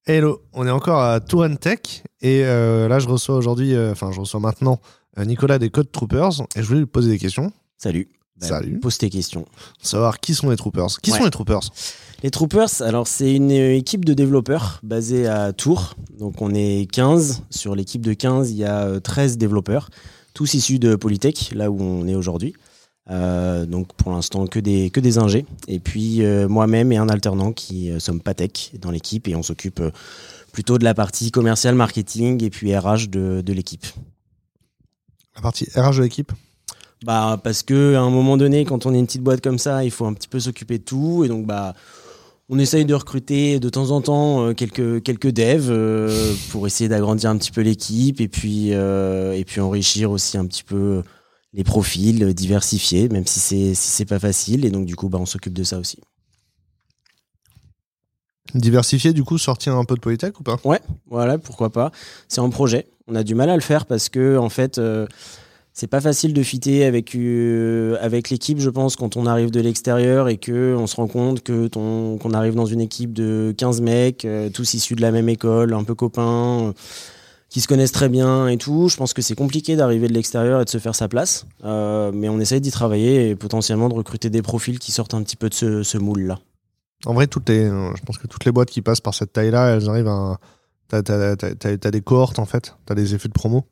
Hello, on est encore à Tour & Tech et là je reçois maintenant Nicolas des Code Troopers et je voulais lui poser des questions. Salut. Salut. Pose tes questions. Savoir qui sont les Troopers. Qui sont les Troopers ? Les Troopers, alors c'est une équipe de développeurs basée à Tours. Donc on est 15. Sur l'équipe de 15, il y a 13 développeurs, tous issus de Polytech, là où on est aujourd'hui. Donc pour l'instant que des ingés. Et puis moi-même et un alternant qui sommes pas tech dans l'équipe et on s'occupe plutôt de la partie commerciale, marketing et puis RH de l'équipe. La partie RH de l'équipe ? Parce que à un moment donné, quand on est une petite boîte comme ça, il faut un petit peu s'occuper de tout. Et donc on essaye de recruter de temps en temps quelques devs pour essayer d'agrandir un petit peu l'équipe et puis enrichir aussi un petit peu les profils, diversifier, même si c'est pas facile. Et donc du coup, on s'occupe de ça aussi. Diversifier, du coup, sortir un peu de Polytech ou pas ? Ouais, voilà, pourquoi pas. C'est en projet. On a du mal à le faire parce que en fait. C'est pas facile de fitter avec l'équipe, je pense, quand on arrive de l'extérieur et qu'on se rend compte qu'on arrive dans une équipe de 15 mecs, tous issus de la même école, un peu copains, qui se connaissent très bien et tout. Je pense que c'est compliqué d'arriver de l'extérieur et de se faire sa place. Mais on essaye d'y travailler et potentiellement de recruter des profils qui sortent un petit peu de ce moule-là. En vrai, je pense que toutes les boîtes qui passent par cette taille-là, elles arrivent à... T'as des cohortes, en fait. T'as des effets de promo.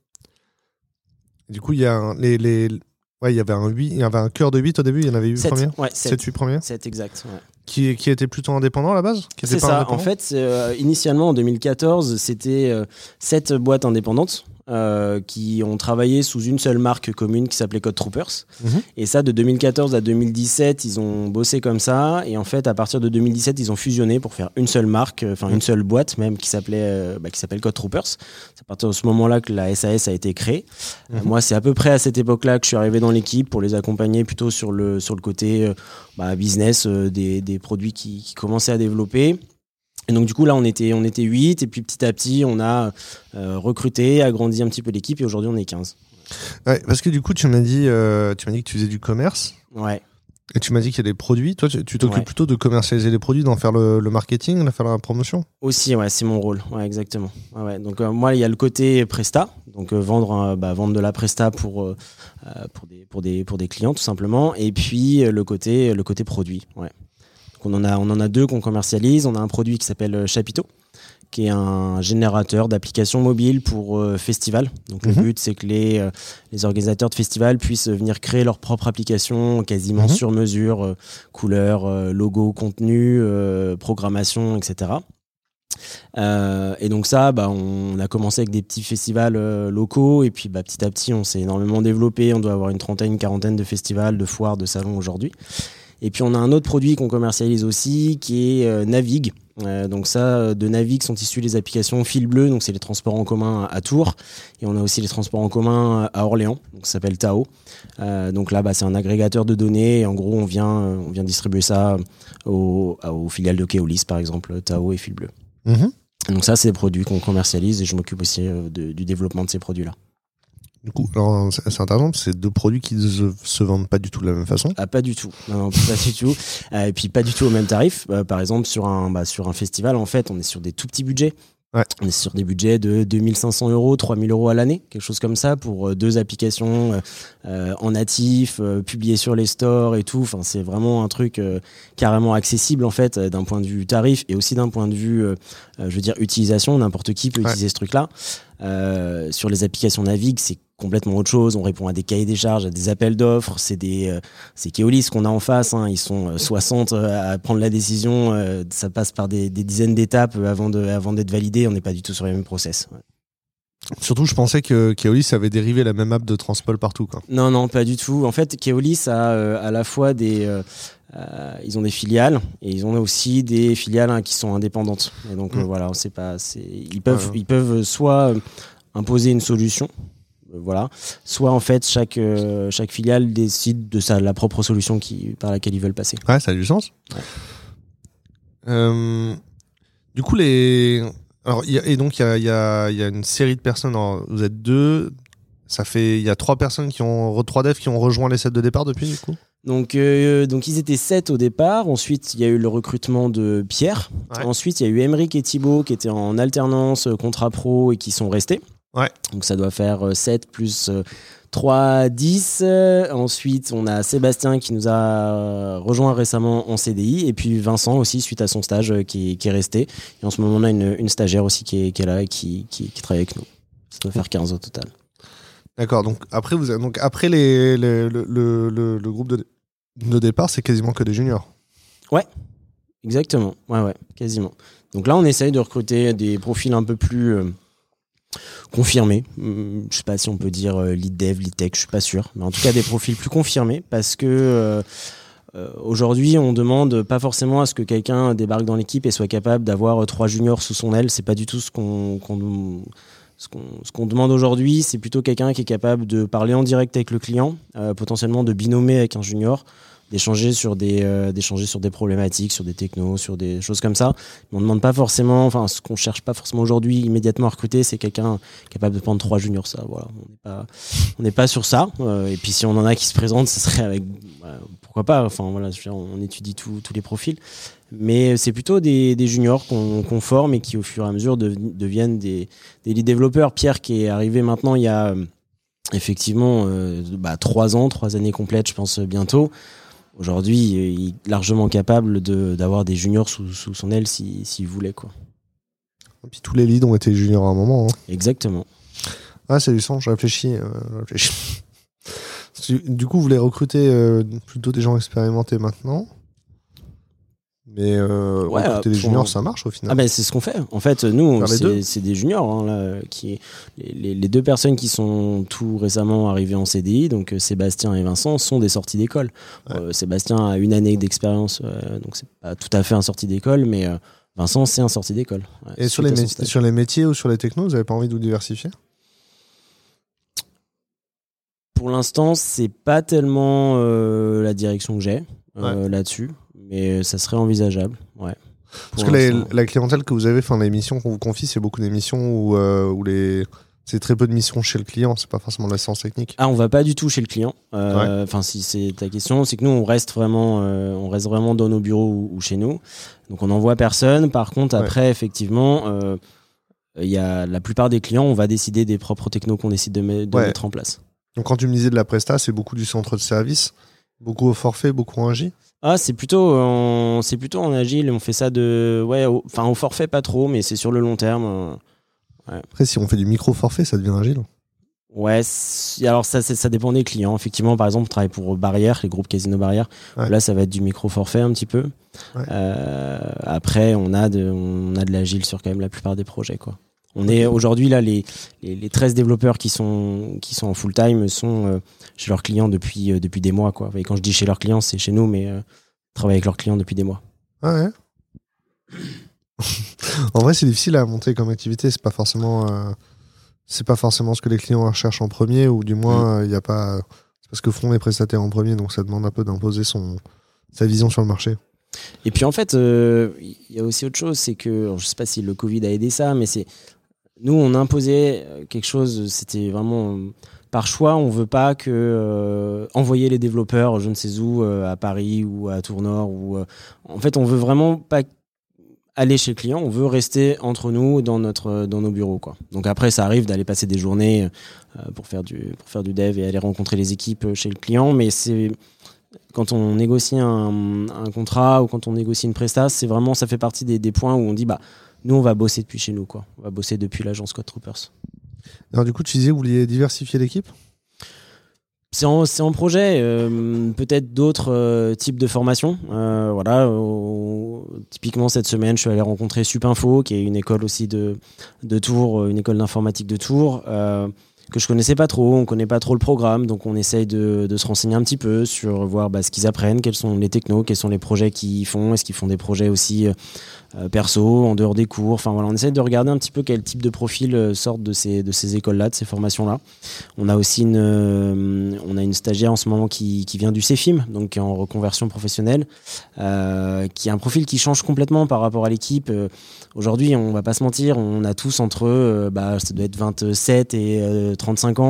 Du coup, il y a il y avait un cœur de 8 au début, il y en avait 8 premiers. Ouais, 7-8 premiers. 7 exact. Ouais. Qui était plutôt indépendant à la base ? C'est ça. En fait, initialement en 2014, c'était 7 boîtes indépendantes qui ont travaillé sous une seule marque commune qui s'appelait Code Troopers. Et ça, de 2014 à 2017, ils ont bossé comme ça. Et en fait, à partir de 2017, ils ont fusionné pour faire une seule marque, une seule boîte même qui s'appelle Code Troopers. C'est à partir de ce moment-là que la SAS a été créée. Moi, c'est à peu près à cette époque-là que je suis arrivé dans l'équipe pour les accompagner plutôt sur le côté business des produits qui commençaient à développer. Et donc du coup là on était 8 et puis petit à petit on a recruté, agrandi un petit peu l'équipe et aujourd'hui on est 15. Ouais, parce que du coup tu m'as dit que tu faisais du commerce. Ouais. Et tu m'as dit qu'il y a des produits. Toi tu t'occupes plutôt de commercialiser les produits, d'en faire le marketing, de faire la promotion. Aussi, ouais, c'est mon rôle. Ouais, exactement. Ouais. Donc moi il y a le côté presta, donc vendre de la presta pour des clients tout simplement, et puis le côté produit. Ouais. On en a 2 qu'on commercialise. On a un produit qui s'appelle Chapiteau, qui est un générateur d'applications mobiles pour festivals. Donc le but, c'est que les organisateurs de festivals puissent venir créer leur propre application quasiment sur mesure, couleurs, logo, contenu, programmation, etc. Et donc ça, on a commencé avec des petits festivals locaux et puis petit à petit, on s'est énormément développé. On doit avoir une 30-40 de festivals, de foires, de salons aujourd'hui. Et puis on a un autre produit qu'on commercialise aussi qui est Navigue. Donc ça, de Navigue sont issues les applications Fil Bleu, donc c'est les transports en commun à Tours. Et on a aussi les transports en commun à Orléans, donc ça s'appelle Tao. Donc là, c'est un agrégateur de données. Et en gros, on vient distribuer ça aux filiales de Keolis, par exemple, Tao et Fil Bleu. Donc ça, c'est des produits qu'on commercialise et je m'occupe aussi du développement de ces produits-là. Du coup, alors, c'est intéressant, c'est 2 produits qui ne se vendent pas du tout de la même façon. Ah, pas du tout. Non, pas du tout. Et puis pas du tout au même tarif. Par exemple, sur un festival, en fait, on est sur des tout petits budgets. Ouais. On est sur des budgets de 2500 €, 3000 € à l'année, quelque chose comme ça, pour 2 applications en natif, publiées sur les stores et tout. Enfin, c'est vraiment un truc carrément accessible, en fait, d'un point de vue tarif et aussi d'un point de vue, utilisation. N'importe qui peut utiliser ce truc-là. Sur les applications Navigue, c'est complètement autre chose. On répond à des cahiers des charges, à des appels d'offres. C'est Keolis qu'on a en face. Ils sont 60 à prendre la décision. Ça passe par des dizaines d'étapes avant d'être validé. On n'est pas du tout sur les mêmes process. Ouais. Surtout, je pensais que Keolis avait dérivé la même app de Transpol partout, quoi. Non, pas du tout. En fait, Keolis a à la fois ils ont des filiales et ils ont aussi des filiales qui sont indépendantes. Et donc voilà, ils peuvent soit imposer une solution. Soit en fait chaque filiale décide de la propre solution par laquelle ils veulent passer. Ouais, ça a du sens. Ouais. Du coup, il y a une série de personnes. Alors, vous êtes 2. Il y a 3 personnes 3 devs qui ont rejoint les 7 de départ depuis, du coup. Donc ils étaient 7 au départ. Ensuite, il y a eu le recrutement de Pierre. Ouais. Ensuite, il y a eu Emeric et Thibaut qui étaient en alternance contrat pro et qui sont restés. Ouais. Donc ça doit faire 7 plus 3, 10. Ensuite, on a Sébastien qui nous a rejoint récemment en CDI. Et puis Vincent aussi, suite à son stage, qui est resté. Et en ce moment, on a une stagiaire aussi qui est là et qui travaille avec nous. Ça doit faire 15 au total. D'accord, donc après, le groupe de départ, c'est quasiment que des juniors. Ouais, exactement. Ouais, quasiment. Donc là, on essaye de recruter des profils un peu plus confirmés. Je sais pas si on peut dire lead dev, lead tech, je suis pas sûr. Mais en tout cas, des profils plus confirmés parce que aujourd'hui, on demande pas forcément à ce que quelqu'un débarque dans l'équipe et soit capable d'avoir 3 juniors sous son aile. C'est pas du tout ce qu'on demande aujourd'hui, c'est plutôt quelqu'un qui est capable de parler en direct avec le client, potentiellement de binomer avec un junior, d'échanger sur des problématiques, sur des technos, sur des choses comme ça. Mais on demande pas forcément, enfin, ce qu'on cherche pas forcément aujourd'hui immédiatement à recruter, c'est quelqu'un capable de prendre 3 juniors. Ça, voilà, on n'est pas sur ça. Et puis si on en a qui se présentent, ce serait avec, pourquoi pas. Enfin voilà, on étudie tous les profils. Mais c'est plutôt des juniors qu'on forme et qui au fur et à mesure deviennent des lead développeurs. Pierre qui est arrivé maintenant il y a effectivement 3 années complètes, je pense, bientôt. Aujourd'hui, il est largement capable d'avoir des juniors sous son aile s'il voulait, quoi. Et puis tous les leads ont été juniors à un moment. Hein. Exactement. Ah, c'est du sens, je réfléchis. Du coup, vous voulez recruter plutôt des gens expérimentés maintenant. Mais recruter des juniors, ça marche au final. Ah ben c'est ce qu'on fait. En fait, nous, c'est des juniors. Hein, là, les 2 personnes qui sont tout récemment arrivées en CDI, donc Sébastien et Vincent, sont des sorties d'école. Ouais. Sébastien a 1 année d'expérience, donc c'est pas tout à fait un sorti d'école, mais Vincent, c'est un sorti d'école. Ouais, et sur les métiers ou sur les technos, vous n'avez pas envie de vous diversifier ? Pour l'instant, c'est pas tellement la direction que j'ai là-dessus. Mais ça serait envisageable, ouais. Parce que la clientèle que vous avez, les missions qu'on vous confie, c'est beaucoup d'émissions où c'est très peu de missions chez le client, c'est pas forcément de l'assistance technique. Ah, on va pas du tout chez le client. Enfin, si c'est ta question, c'est que nous, on reste vraiment dans nos bureaux ou chez nous. Donc, on n'envoie personne. Par contre, après, effectivement, il y a la plupart des clients, on va décider des propres technos qu'on décide de mettre en place. Donc, quand tu me disais de la presta, c'est beaucoup du centre de service, beaucoup au forfait, beaucoup en J. Ah, c'est plutôt en agile. On fait ça au forfait pas trop, mais c'est sur le long terme. Ouais. Après, si on fait du micro forfait, ça devient agile. Ouais, alors ça dépend des clients. Effectivement, par exemple, on travaille pour Barrière, les groupes Casino Barrière. Ouais. Là, ça va être du micro forfait un petit peu. Ouais. Après, on a de l'agile sur quand même la plupart des projets, quoi. On est aujourd'hui là, les 13 développeurs qui sont en full time sont chez leurs clients depuis des mois, quoi. Et quand je dis chez leurs clients, c'est chez nous, mais travaillent avec leurs clients depuis des mois. Ah ouais. En vrai, c'est difficile à monter comme activité. C'est pas forcément ce que les clients recherchent en premier, ou du moins il y a pas. C'est parce que font les prestataires en premier, donc ça demande un peu d'imposer sa vision sur le marché. Et puis en fait, il y a aussi autre chose, c'est que je sais pas si le Covid a aidé ça, mais nous, on imposait quelque chose, c'était vraiment par choix. On veut pas que envoyer les développeurs, je ne sais où, à Paris ou à Tours-Nord. En fait, on veut vraiment pas aller chez le client. On veut rester entre nous dans nos bureaux, quoi. Donc après, ça arrive d'aller passer des journées pour faire du dev et aller rencontrer les équipes chez le client. Mais c'est quand on négocie un contrat ou quand on négocie une presta, c'est vraiment, ça fait partie des points où on dit nous, on va bosser depuis chez nous, quoi. On va bosser depuis l'agence Code Troopers. Alors, du coup, tu disais que vous vouliez diversifier l'équipe ? C'est en projet. Peut-être d'autres types de formations. Typiquement, cette semaine, je suis allé rencontrer Supinfo, qui est une école aussi de Tours, une école d'informatique de Tours, que je connaissais pas trop. On connaît pas trop le programme, donc on essaye de se renseigner un petit peu sur voir ce qu'ils apprennent, quels sont les technos, quels sont les projets qu'ils font, est-ce qu'ils font des projets aussi perso, en dehors des cours. Enfin voilà, on essaie de regarder un petit peu quel type de profil sortent de ces écoles-là, de ces formations-là. On a aussi une stagiaire en ce moment qui vient du CEFIM, donc qui est en reconversion professionnelle, qui a un profil qui change complètement par rapport à l'équipe. Aujourd'hui, on va pas se mentir, on a tous entre ça doit être 27 et 35 ans.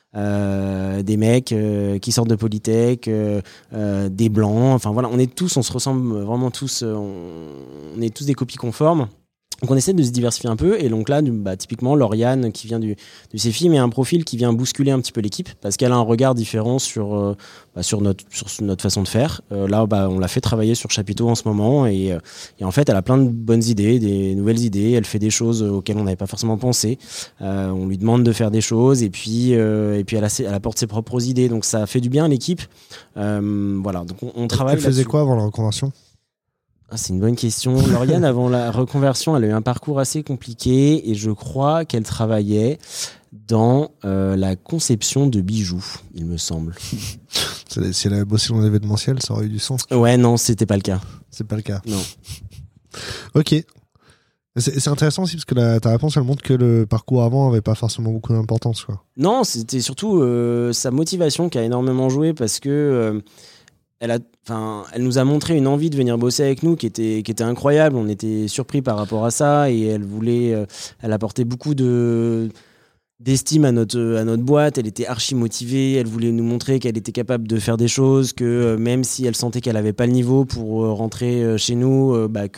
des mecs qui sortent de Polytech, des blancs. Enfin voilà, on se ressemble vraiment tous. On est tous des copies conformes. Donc on essaie de se diversifier un peu, et donc là typiquement Lauriane qui vient du CEFI, mais a un profil qui vient bousculer un petit peu l'équipe parce qu'elle a un regard différent sur notre façon de faire. Là on l'a fait travailler sur Chapiteau en ce moment, et en fait elle a plein de bonnes idées, des nouvelles idées, elle fait des choses auxquelles on n'avait pas forcément pensé. On lui demande de faire des choses, et puis elle apporte ses propres idées, donc ça fait du bien à l'équipe. Voilà, donc on travaille. Elle faisait quoi avant la reconversion ? C'est une bonne question. Lauriane, avant la reconversion, elle a eu un parcours assez compliqué, et je crois qu'elle travaillait dans la conception de bijoux, il me semble. Si elle avait bossé dans l'événementiel, ça aurait eu du sens. Ouais, non, c'était pas le cas. C'est pas le cas. Non. Ok. C'est intéressant aussi parce que ta réponse, elle montre que le parcours avant avait pas forcément beaucoup d'importance, quoi. Non, c'était surtout sa motivation qui a énormément joué, parce que elle nous a montré une envie de venir bosser avec nous qui était incroyable. On était surpris par rapport à ça, et elle apportait beaucoup d'estime à notre boîte. Elle était archi motivée. Elle voulait nous montrer qu'elle était capable de faire des choses, que même si elle sentait qu'elle avait pas le niveau pour rentrer chez nous,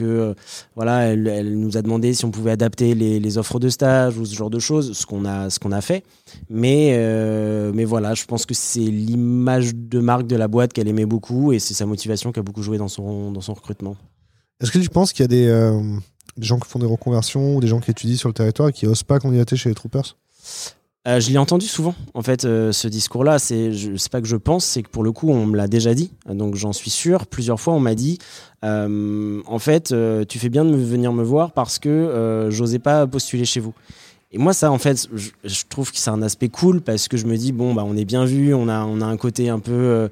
elle nous a demandé si on pouvait adapter les offres de stage ou ce genre de choses, ce qu'on a fait. Mais voilà, je pense que c'est l'image de marque de la boîte qu'elle aimait beaucoup, et c'est sa motivation qui a beaucoup joué dans son recrutement. Est-ce que tu penses qu'il y a des gens qui font des reconversions ou des gens qui étudient sur le territoire et qui osent pas candidater chez les Troopers ? Je l'ai entendu souvent, en fait, ce discours-là. C'est pas que je pense, c'est que pour le coup, on me l'a déjà dit. Donc j'en suis sûr. Plusieurs fois, on m'a dit, en fait, tu fais bien de venir me voir parce que j'osais pas postuler chez vous. Et moi, ça, en fait, je trouve que c'est un aspect cool, parce que je me dis, on est bien vu, on a un côté un peu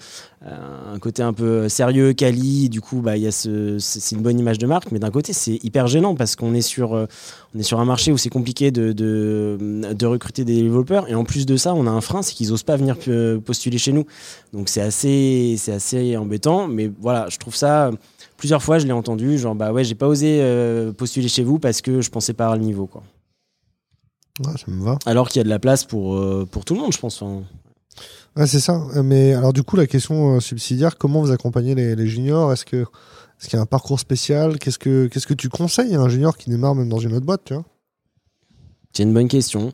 sérieux, quali. Du coup, c'est une bonne image de marque. Mais d'un côté, c'est hyper gênant parce qu'on est sur un marché où c'est compliqué de recruter des développeurs. Et en plus de ça, on a un frein, c'est qu'ils osent pas venir postuler chez nous. Donc c'est assez embêtant. Mais voilà, je trouve ça. Plusieurs fois, je l'ai entendu, genre j'ai pas osé postuler chez vous parce que je pensais pas avoir le niveau, quoi. Ouais, ça me va. Alors qu'il y a de la place pour tout le monde, je pense. Ouais, c'est ça. Mais alors du coup, la question subsidiaire, comment vous accompagnez les juniors ? Est-ce qu'il y a un parcours spécial ? Qu'est-ce que tu conseilles à un junior qui démarre même dans une autre boîte, tu vois ? C'est une bonne question.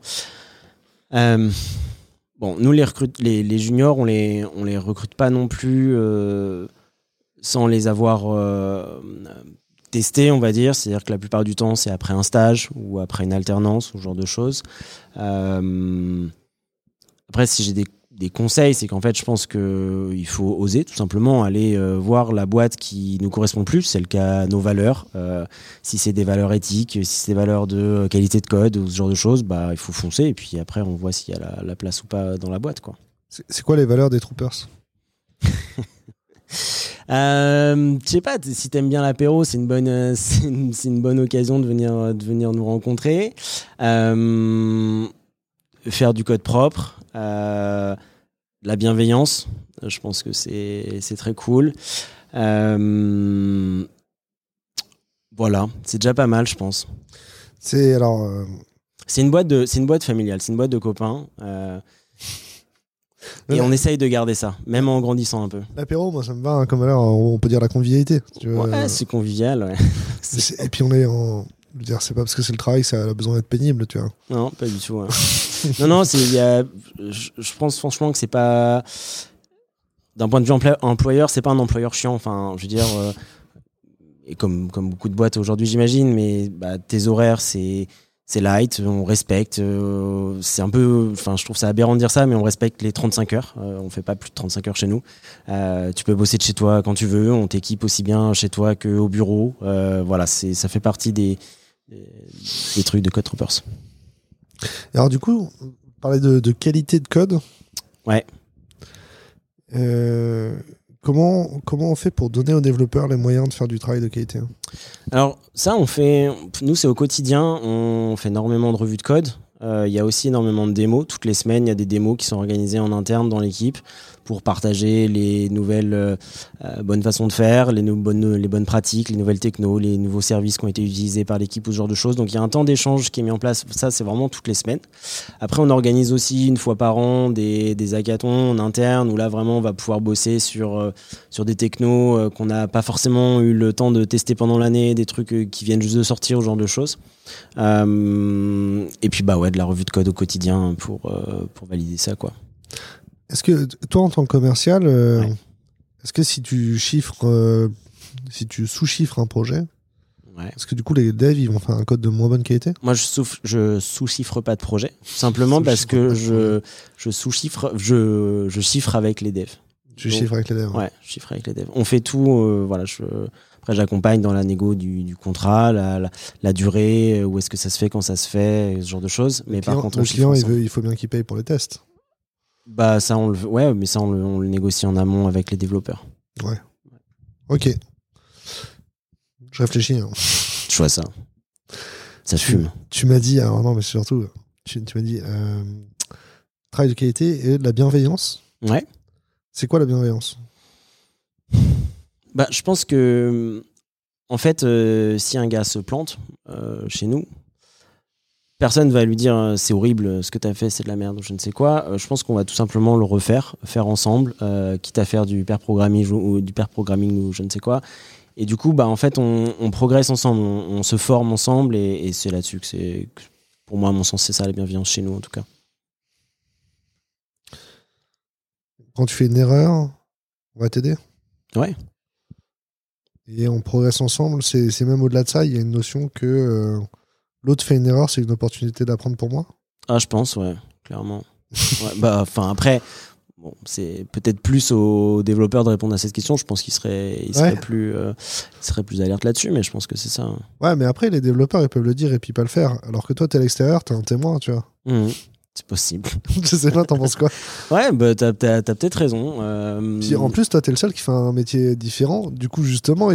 Nous les juniors, on les recrute pas non plus sans les avoir testés, on va dire. C'est-à-dire que la plupart du temps, c'est après un stage ou après une alternance, ce genre de choses. Après, si j'ai des conseils, c'est qu'en fait, je pense qu'il faut oser tout simplement aller voir la boîte qui nous correspond le plus, celle qui a nos valeurs. Si c'est des valeurs éthiques, si c'est des valeurs de qualité de code ou ce genre de choses, il faut foncer, et puis après, on voit s'il y a la place ou pas dans la boîte, quoi. C'est quoi les valeurs des Troopers ? Je sais pas, si t'aimes bien l'apéro, c'est une bonne occasion de venir nous rencontrer. Faire du code propre, la bienveillance, je pense que c'est très cool. Voilà, c'est déjà pas mal, je pense. C'est une boîte familiale, c'est une boîte de copains. Et on essaye de garder ça, même en grandissant un peu. L'apéro, moi, ça me va, hein, comme alors, on peut dire la convivialité. Tu vois, c'est convivial, ouais. Et puis on est en... Je veux dire, c'est pas parce que c'est le travail que ça a besoin d'être pénible, tu vois. Non, pas du tout. Hein. non, je pense franchement que c'est pas... D'un point de vue employeur, c'est pas un employeur chiant. Enfin, je veux dire... et comme beaucoup de boîtes aujourd'hui, j'imagine, mais tes horaires, c'est light, on respecte. C'est un peu... Enfin, je trouve ça aberrant de dire ça, mais on respecte les 35 heures. On fait pas plus de 35 heures chez nous. Tu peux bosser de chez toi quand tu veux. On t'équipe aussi bien chez toi qu'au bureau. Voilà, ça fait partie des trucs de Code Troopers. Et alors du coup, on parlait de qualité de code. Ouais. Comment on fait pour donner aux développeurs les moyens de faire du travail de qualité ? Alors ça, nous c'est au quotidien, on fait énormément de revues de code. Il y a aussi énormément de démos. Toutes les semaines, il y a des démos qui sont organisées en interne dans l'équipe pour partager les nouvelles bonnes façons de faire, les bonnes pratiques, les nouvelles technos, les nouveaux services qui ont été utilisés par l'équipe ou ce genre de choses. Donc il y a un temps d'échange qui est mis en place. Ça, c'est vraiment toutes les semaines. Après, on organise aussi une fois par an des hackathons en interne où là, vraiment, on va pouvoir bosser sur des technos qu'on n'a pas forcément eu le temps de tester pendant l'année, des trucs qui viennent juste de sortir, ce genre de choses. Et puis, de la revue de code au quotidien pour valider ça, quoi. Est-ce que toi, en tant que commercial, est-ce que si tu sous-chiffres un projet, est-ce que du coup les devs ils vont faire un code de moins bonne qualité? Moi, je sous-chiffre pas de projet, simplement parce que je sous-chiffre, je chiffre avec les devs. Tu chiffres avec les devs? Ouais, je chiffre avec les devs. On fait tout, Après, j'accompagne dans la négo du contrat, la durée, où est-ce que ça se fait, quand ça se fait, ce genre de choses. Mais par contre, le client, il faut bien qu'il paye pour les tests. Ça, on le négocie en amont avec les développeurs. Ouais. Ok. Je réfléchis. Je vois ça. Ça fume. Tu m'as dit, alors non, mais surtout, tu m'as dit travail de qualité et de la bienveillance. Ouais. C'est quoi la bienveillance? Je pense que, en fait, si un gars se plante chez nous, personne va lui dire c'est horrible, ce que tu as fait, c'est de la merde ou je ne sais quoi. Je pense qu'on va tout simplement le faire ensemble, quitte à faire du pair programming ou je ne sais quoi. Et du coup, en fait, on progresse ensemble, on se forme ensemble et c'est là-dessus que pour moi, à mon sens, c'est ça la bienveillance chez nous en tout cas. Quand tu fais une erreur, on va t'aider. Ouais. Et on progresse ensemble, c'est même au-delà de ça, il y a une notion que l'autre fait une erreur, c'est une opportunité d'apprendre pour moi. Ah, je pense, ouais, clairement. Après, c'est peut-être plus aux développeurs de répondre à cette question. Je pense qu'ils seraient plus alertes là-dessus, mais je pense que c'est ça. Ouais, mais après, les développeurs, ils peuvent le dire et puis pas le faire. Alors que toi, t'es à l'extérieur, t'es un témoin, tu vois. C'est possible. Je sais pas, t'en penses quoi? Ouais, t'as peut-être raison. Puis en plus, toi, t'es le seul qui fait un métier différent. Du coup, justement,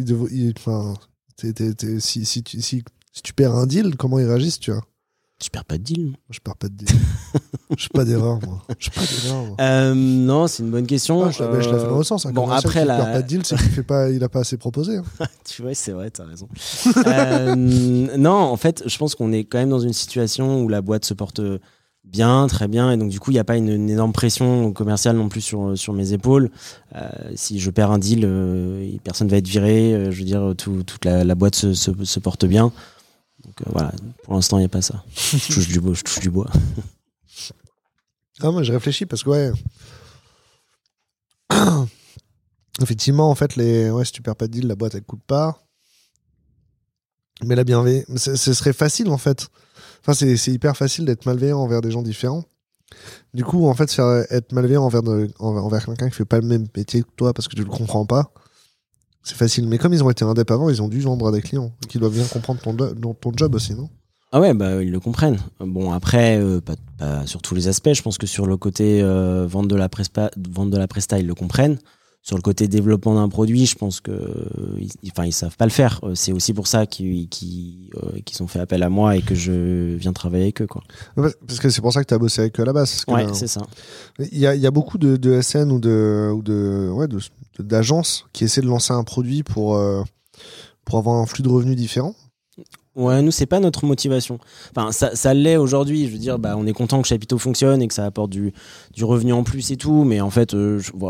si tu perds un deal, comment ils réagissent, tu vois? Je perds pas de deal. Je perds pas de deal. Je fais pas d'erreur, moi. Non, c'est une bonne question. Je la fais dans l'autre sens. Après, il perd pas de deal, c'est qu'il a pas assez proposé. Hein. Tu vois, c'est vrai, t'as raison. Non, en fait, je pense qu'on est quand même dans une situation où la boîte se porte bien, très bien, et donc du coup, il n'y a pas une énorme pression commerciale non plus sur mes épaules. Si je perds un deal, personne va être viré. Je veux dire, toute la boîte se porte bien. Donc voilà, pour l'instant, il n'y a pas ça. Je touche du bois. Ah, moi, je réfléchis parce que, effectivement, en fait, si tu perds pas de deal, la boîte, elle coûte pas. Mais la bienveillance, ce serait facile, en fait. Enfin, c'est hyper facile d'être malveillant envers des gens différents. Du coup, en fait, être malveillant envers quelqu'un qui fait pas le même métier que toi parce que tu le comprends pas, c'est facile. Mais comme ils ont été indép avant, ils ont dû vendre à des clients qui doivent bien comprendre ton job aussi, non? Ah ouais, ils le comprennent. Bon, après, pas sur tous les aspects. Je pense que sur le côté vente de la presta, ils le comprennent. Sur le côté développement d'un produit, je pense que ils savent pas le faire. C'est aussi pour ça qu'ils ont fait appel à moi et que je viens travailler avec eux, quoi. Parce que c'est pour ça que tu as bossé avec eux à la base. Ouais, c'est ça. Il y a beaucoup de SN ou d'agences qui essaient de lancer un produit pour avoir un flux de revenus différent. Ouais, nous, c'est pas notre motivation. Enfin, ça l'est aujourd'hui. Je veux dire, on est content que Chapito fonctionne et que ça apporte du revenu en plus et tout. Mais en fait,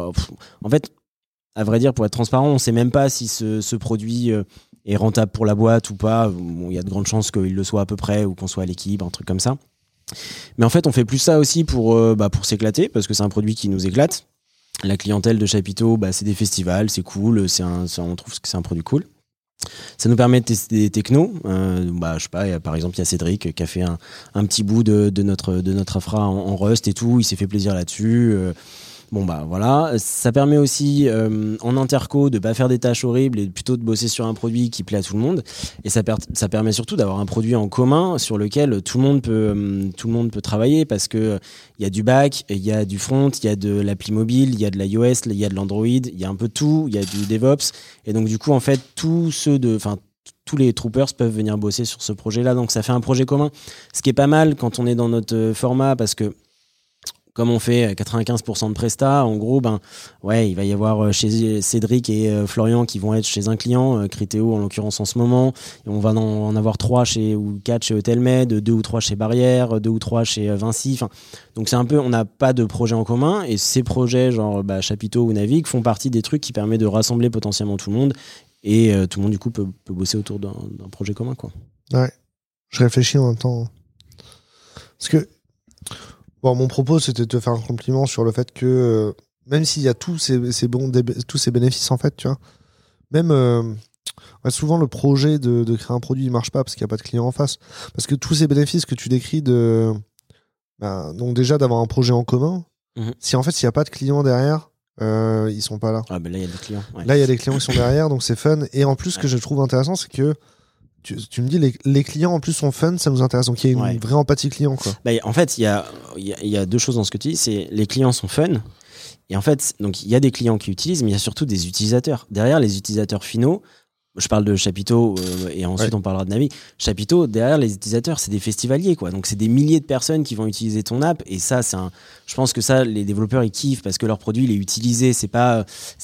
à vrai dire, pour être transparent, on sait même pas si ce produit est rentable pour la boîte ou pas. Il y a de grandes chances qu'il le soit à peu près ou qu'on soit à l'équilibre, un truc comme ça. Mais en fait, on fait plus ça aussi pour s'éclater parce que c'est un produit qui nous éclate. La clientèle de Chapito, c'est des festivals, c'est cool. On trouve que c'est un produit cool. Ça nous permet de tester des technos. Je sais pas, par exemple, il y a Cédric qui a fait un petit bout de notre infra en Rust et tout. Il s'est fait plaisir là-dessus. Voilà. Ça permet aussi en interco de pas faire des tâches horribles et plutôt de bosser sur un produit qui plaît à tout le monde. Et ça permet surtout d'avoir un produit en commun sur lequel tout le monde peut travailler parce que il y a du back, il y a du front, il y a de l'appli mobile, il y a de l'iOS, il y a de l'Android, il y a un peu de tout, il y a du DevOps. Et donc du coup, en fait, tous tous les troopers peuvent venir bosser sur ce projet-là. Donc ça fait un projet commun, ce qui est pas mal quand on est dans notre format, parce que comme on fait 95% de presta, en gros, il va y avoir chez Cédric et Florian qui vont être chez un client, Criteo en l'occurrence en ce moment, et on va en avoir 3 ou 4 chez Hotelmed, 2 ou 3 chez Barrière, 2 ou 3 chez Vinci. Donc c'est un peu, on n'a pas de projet en commun, et ces projets genre Chapiteau ou Navigue font partie des trucs qui permettent de rassembler potentiellement tout le monde, et tout le monde du coup peut bosser autour d'un projet commun, quoi. Ouais, je réfléchis en même temps. Parce que bon, mon propos, c'était de te faire un compliment sur le fait que même s'il y a tous ces bénéfices, en fait, tu vois, même souvent le projet de créer un produit ne marche pas parce qu'il n'y a pas de client en face. Parce que tous ces bénéfices que tu décris donc déjà d'avoir un projet en commun, si en fait s'il n'y a pas de client derrière, ils sont pas là. Ah ben là il y a des clients. Ouais. Là il y a des clients qui sont derrière, donc c'est fun. Et en plus, ce que je trouve intéressant, c'est que tu me dis les clients en plus sont fun, ça nous intéresse. Donc il y a une vraie empathie client, quoi. En fait, il y a deux choses dans ce que tu dis. C'est les clients sont fun. Et en fait, donc il y a des clients qui utilisent, mais il y a surtout des utilisateurs. Derrière les utilisateurs finaux, je parle de Chapiteau et ensuite on parlera de Navi. Chapiteau, derrière les utilisateurs, c'est des festivaliers, quoi. Donc c'est des milliers de personnes qui vont utiliser ton app. Et ça, je pense que ça, les développeurs ils kiffent parce que leur produit il est utilisé. C'est pas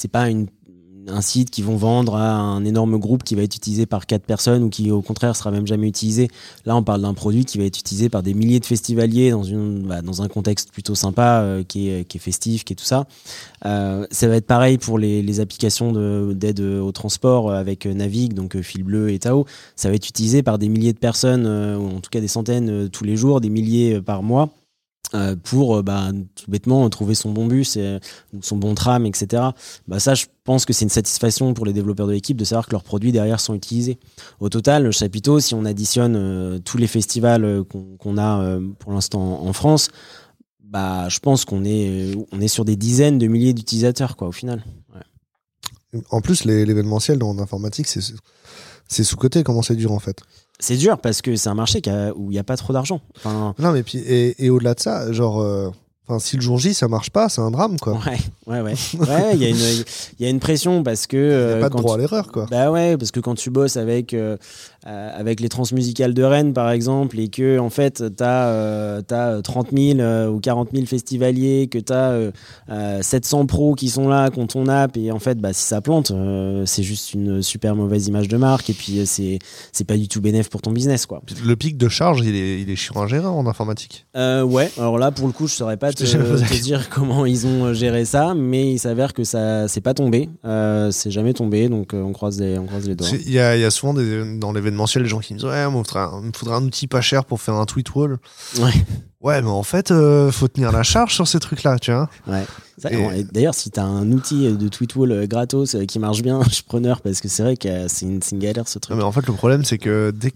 un site qu'ils vont vendre à un énorme groupe qui va être utilisé par 4 personnes ou qui au contraire sera même jamais utilisé. Là on parle d'un produit qui va être utilisé par des milliers de festivaliers dans un contexte plutôt sympa qui est festif, qui est tout ça. Ça va être pareil pour les applications d'aide au transport avec Navigue, donc Fil Bleu et Tao. Ça va être utilisé par des milliers de personnes, ou en tout cas des centaines tous les jours, des milliers par mois. Pour tout bêtement trouver son bon bus, son bon tram, etc. Ça, je pense que c'est une satisfaction pour les développeurs de l'équipe de savoir que leurs produits derrière sont utilisés. Au total, le Chapiteau, si on additionne tous les festivals qu'on a pour l'instant en France, je pense qu'on est sur des dizaines de milliers d'utilisateurs, quoi, au final. Ouais. En plus, l'événementiel dans informatique, c'est sous-coté comment c'est dur, en fait. C'est dur parce que c'est un marché où il n'y a pas trop d'argent. Non, mais puis, et au-delà de ça, genre, si le jour J ça marche pas, c'est un drame, quoi. Ouais, il y a une pression parce que. Il n'y a pas de droit à l'erreur, quoi. Ouais, parce que quand tu bosses avec les transmusicales de Rennes, par exemple, et que, en fait, t'as 30 000 ou 40 000 festivaliers, que t'as 700 pros qui sont là, qui ont ton app, et en fait, si ça plante, c'est juste une super mauvaise image de marque, et puis c'est pas du tout bénéf pour ton business, quoi. Le pic de charge, il est chiant à gérer en informatique. Ouais, alors là, pour le coup, je saurais pas te dire comment ils ont géré ça, mais il s'avère que ça c'est pas tombé, c'est jamais tombé, donc on croise les doigts. Il y a souvent dans l'événementiel des gens qui me disent il me faudrait un outil pas cher pour faire un tweet wall. Ouais, mais en fait faut tenir la charge sur ces trucs là, tu vois. Ouais. D'ailleurs, si t'as un outil de tweet wall gratos qui marche bien, je suis preneur, parce que c'est vrai que c'est une galère ce truc. Non, mais en fait le problème c'est que dès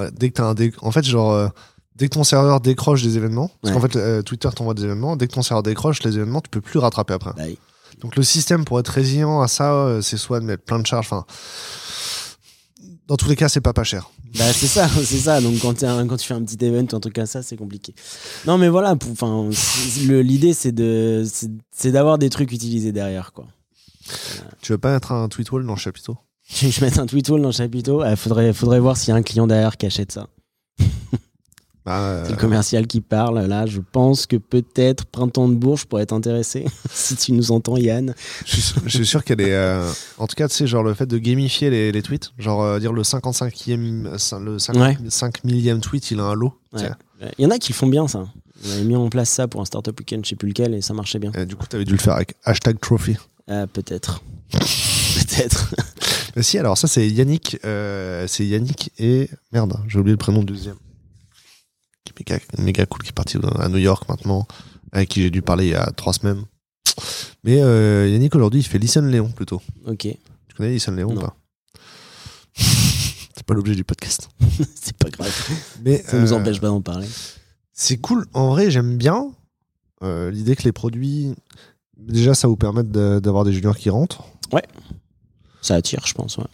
que ton serveur décroche des événements, parce qu'en fait Twitter t'envoie des événements, dès que ton serveur décroche les événements, tu peux plus rattraper après. Oui. Donc le système pour être résilient à ça, c'est soit de mettre plein de charges. Dans tous les cas, c'est pas cher. C'est ça. Donc quand tu fais un petit event ou un truc comme ça, c'est compliqué. Non, mais voilà. L'idée c'est d'avoir des trucs utilisés derrière, quoi. Tu veux pas mettre un tweet wall dans le Chapiteau? Je vais mettre un tweet wall dans le Chapiteau. Faudrait voir s'il y a un client derrière qui achète ça. C'est le commercial qui parle. Là, je pense que peut-être Printemps de Bourges pourrait être intéressé. Si tu nous entends, Yann. Je suis sûr qu'il y a des. En tout cas, tu sais, genre le fait de gamifier les tweets, genre dire le 55 millième tweet, il a un lot. Ouais. Il y en a qui le font bien, ça. On avait mis en place ça pour un startup weekend, je sais plus lequel, et ça marchait bien. Et du coup, t'avais dû le faire avec #trophy. Peut-être. Peut-être. Mais si, alors ça, c'est Yannick. C'est Yannick et. Merde, j'ai oublié le prénom du deuxième. Méga cool, qui est parti à New York maintenant, avec qui j'ai dû parler il y a 3 semaines. Mais Yannick aujourd'hui il fait Listen Léon plutôt. Ok. Tu connais Listen Léon ou pas? C'est pas l'objet du podcast. C'est pas grave. Mais ça nous empêche pas d'en parler. C'est cool. En vrai, j'aime bien l'idée que les produits, déjà ça vous permette d'avoir des juniors qui rentrent. Ouais. Ça attire, je pense, ouais.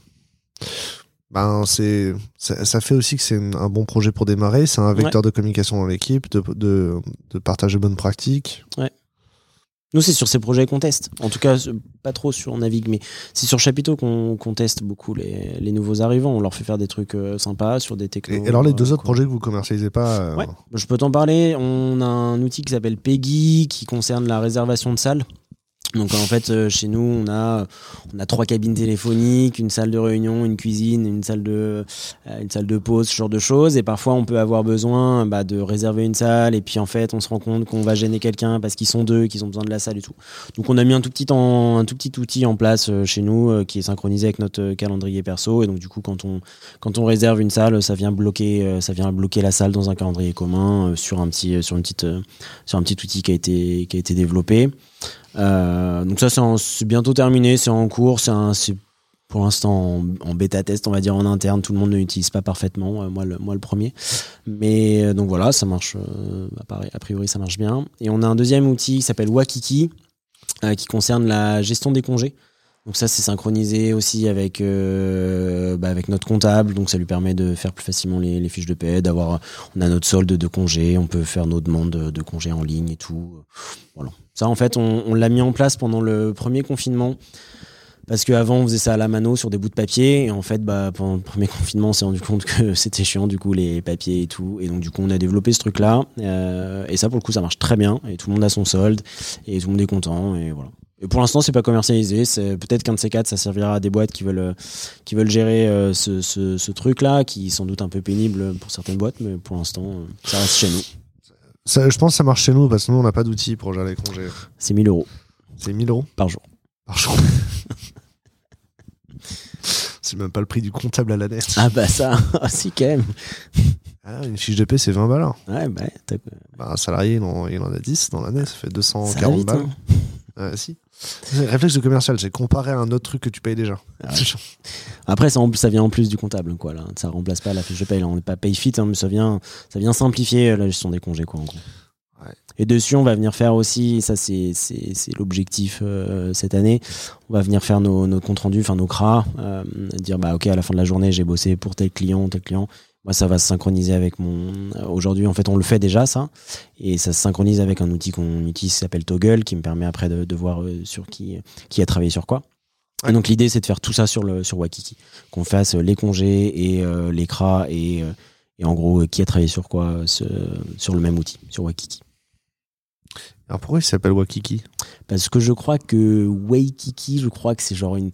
Ça fait aussi que c'est un bon projet pour démarrer. C'est un vecteur de communication dans l'équipe, de partage de bonnes pratiques. Ouais. Nous, c'est sur ces projets qu'on teste. En tout cas, pas trop sur Navigue, mais c'est sur Chapiteau qu'on teste beaucoup les nouveaux arrivants. On leur fait faire des trucs sympas sur des technos. Et alors, les deux autres projets que vous commercialisez pas Ouais, je peux t'en parler. On a un outil qui s'appelle Peggy, qui concerne la réservation de salles. Donc en fait chez nous on a 3 cabines téléphoniques, une salle de réunion, une cuisine, une salle de pause, ce genre de choses, et parfois on peut avoir besoin de réserver une salle et puis en fait on se rend compte qu'on va gêner quelqu'un parce qu'ils sont deux, qu'ils ont besoin de la salle et tout. Donc on a mis un tout petit outil en place chez nous qui est synchronisé avec notre calendrier perso, et donc du coup quand on réserve une salle, ça vient bloquer la salle dans un calendrier commun sur un petit outil qui a été développé. Donc ça c'est bientôt terminé, c'est en cours, c'est pour l'instant en bêta test, on va dire, en interne. Tout le monde ne l'utilise pas parfaitement, moi le premier, mais donc voilà, ça marche, a priori ça marche bien. Et on a un deuxième outil qui s'appelle Wakiki, qui concerne la gestion des congés. Donc ça c'est synchronisé aussi avec notre comptable, donc ça lui permet de faire plus facilement les fiches de paie, on a notre solde de congés, on peut faire nos demandes de congés en ligne et tout. Voilà. Ça en fait on l'a mis en place pendant le premier confinement, parce qu'avant on faisait ça à la mano sur des bouts de papier, et en fait pendant le premier confinement on s'est rendu compte que c'était chiant du coup les papiers et tout, et donc du coup on a développé ce truc là, et ça pour le coup ça marche très bien, et tout le monde a son solde et tout le monde est content, et voilà. Et pour l'instant, c'est pas commercialisé. Peut-être qu'un de ces quatre, ça servira à des boîtes qui veulent gérer ce truc-là, qui est sans doute un peu pénible pour certaines boîtes, mais pour l'instant, ça reste chez nous. Je pense que ça marche chez nous parce que nous, on n'a pas d'outils pour gérer les congés. C'est 1 000 €. C'est 1 000 € par jour. Par jour. C'est même pas le prix du comptable à l'année. Ah bah ça, si quand même. Ah, une fiche de paie, c'est 20 balles. Hein. Ouais, un salarié, il en a 10 dans l'année, ça fait 240 balles. Hein. Si. Réflexe de commercial, c'est comparer à un autre truc que tu payes déjà. Ah ouais. Après, ça vient en plus du comptable, quoi. Là. Ça remplace pas la fiche de paye. Là. On n'est pas PayFit, hein, mais ça vient simplifier la gestion des congés, quoi, en gros. Ouais. Et dessus, on va venir faire aussi, ça c'est l'objectif cette année, on va venir faire nos comptes rendus, enfin nos CRA, dire ok, à la fin de la journée, j'ai bossé pour tel client. Moi, ça va se synchroniser avec aujourd'hui, en fait, on le fait déjà, ça. Et ça se synchronise avec un outil qu'on utilise qui s'appelle Toggle, qui me permet après de voir sur qui a travaillé sur quoi. Et donc, l'idée, c'est de faire tout ça sur Wakiki. Qu'on fasse les congés et les CRA et en gros, qui a travaillé sur quoi sur le même outil, sur Wakiki. Alors, pourquoi il s'appelle Wakiki ? Parce que je crois que Waikiki, c'est genre une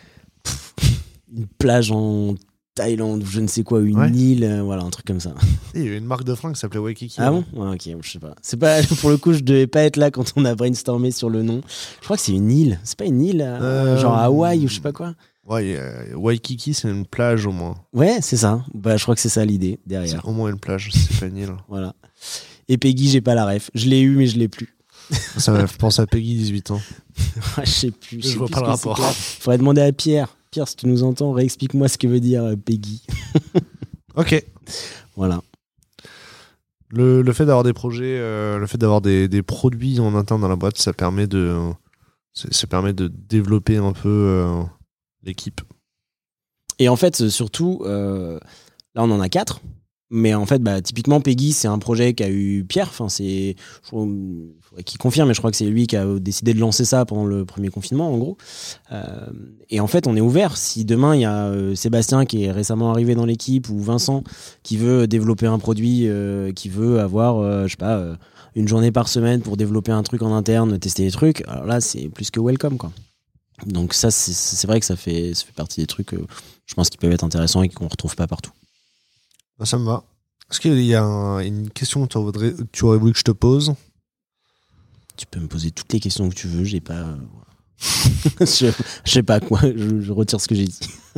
plage en Thaïlande, je ne sais quoi, une île, voilà, un truc comme ça. Il y a une marque de fringues qui s'appelait Waikiki. Ah bon ? Ouais, ok, je sais pas. C'est pas, pour le coup, je devais pas être là quand on a brainstormé sur le nom. Je crois que c'est une île. C'est pas une île, genre à Hawaï ou je sais pas quoi. Ouais, Waikiki, c'est une plage au moins. Ouais, c'est ça. Je crois que c'est ça l'idée derrière. C'est au moins une plage, c'est pas une île. Voilà. Et Peggy, j'ai pas la ref. Je l'ai eu, mais je l'ai plus. Ça me pense à Peggy, 18 ans. Je sais plus. Je vois pas le rapport. Faudrait demander à Pierre. Pierre, si tu nous entends, réexplique-moi ce que veut dire Peggy. Ok. Voilà. Le fait d'avoir des projets, le fait d'avoir des produits en interne dans la boîte, ça permet de développer un peu l'équipe. Et en fait, surtout, là, on en a 4. Mais en fait, typiquement, Peggy, c'est un projet qu'a eu Pierre. Enfin, il faudrait qu'il confirme, mais je crois que c'est lui qui a décidé de lancer ça pendant le premier confinement, en gros. Et en fait, on est ouvert. Si demain, il y a Sébastien qui est récemment arrivé dans l'équipe, ou Vincent qui veut développer un produit, qui veut avoir, une journée par semaine pour développer un truc en interne, tester des trucs, alors là, c'est plus que welcome, quoi. Donc ça, c'est vrai que ça fait partie des trucs, je pense, qui peuvent être intéressants et qu'on ne retrouve pas partout. Ça me va. Est-ce qu'il y a une question que tu aurais voulu que je te pose ? Tu peux me poser toutes les questions que tu veux, j'ai pas... je sais pas quoi, je retire ce que j'ai dit.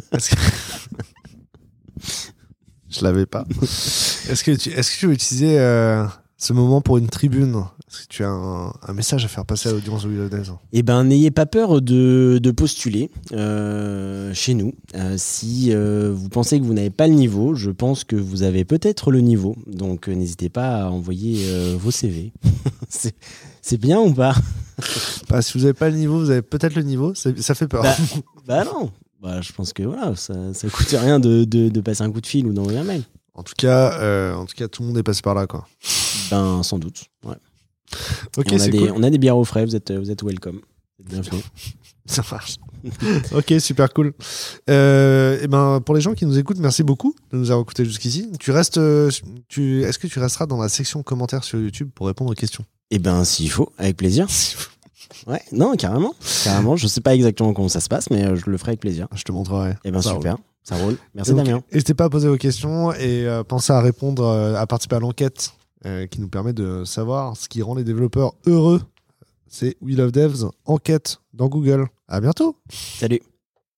Je l'avais pas. Est-ce que tu veux utiliser ce moment pour une tribune ? Est-ce que tu as un message à faire passer à l'audience lyonnaise ? Eh ben, n'ayez pas peur de postuler chez nous. Si vous pensez que vous n'avez pas le niveau, je pense que vous avez peut-être le niveau. Donc, n'hésitez pas à envoyer vos CV. C'est bien ou pas ? Si vous n'avez pas le niveau, vous avez peut-être le niveau. Ça fait peur. Non. Je pense que voilà, ça coûte rien de passer un coup de fil ou d'envoyer un mail. En tout cas, tout le monde est passé par là, quoi. Sans doute, ouais. Ok, on, c'est a cool. on a des bières au frais, vous êtes welcome. Vous êtes bienvenus. Ça marche. Ok, super cool. Et ben, pour les gens qui nous écoutent, merci beaucoup de nous avoir écoutés jusqu'ici. Est-ce que tu resteras dans la section commentaires sur YouTube pour répondre aux questions? Eh ben, s'il faut, avec plaisir. Ouais, non, carrément. Carrément, je sais pas exactement comment ça se passe, mais je le ferai avec plaisir. Je te montrerai. Eh ben, Ça super. Ça roule. Merci, Donc, Damien. n'hésitez pas à poser vos questions et pensez à répondre, à participer à l'enquête qui nous permet de savoir ce qui rend les développeurs heureux. C'est We Love Devs, enquête dans Google. À bientôt. Salut.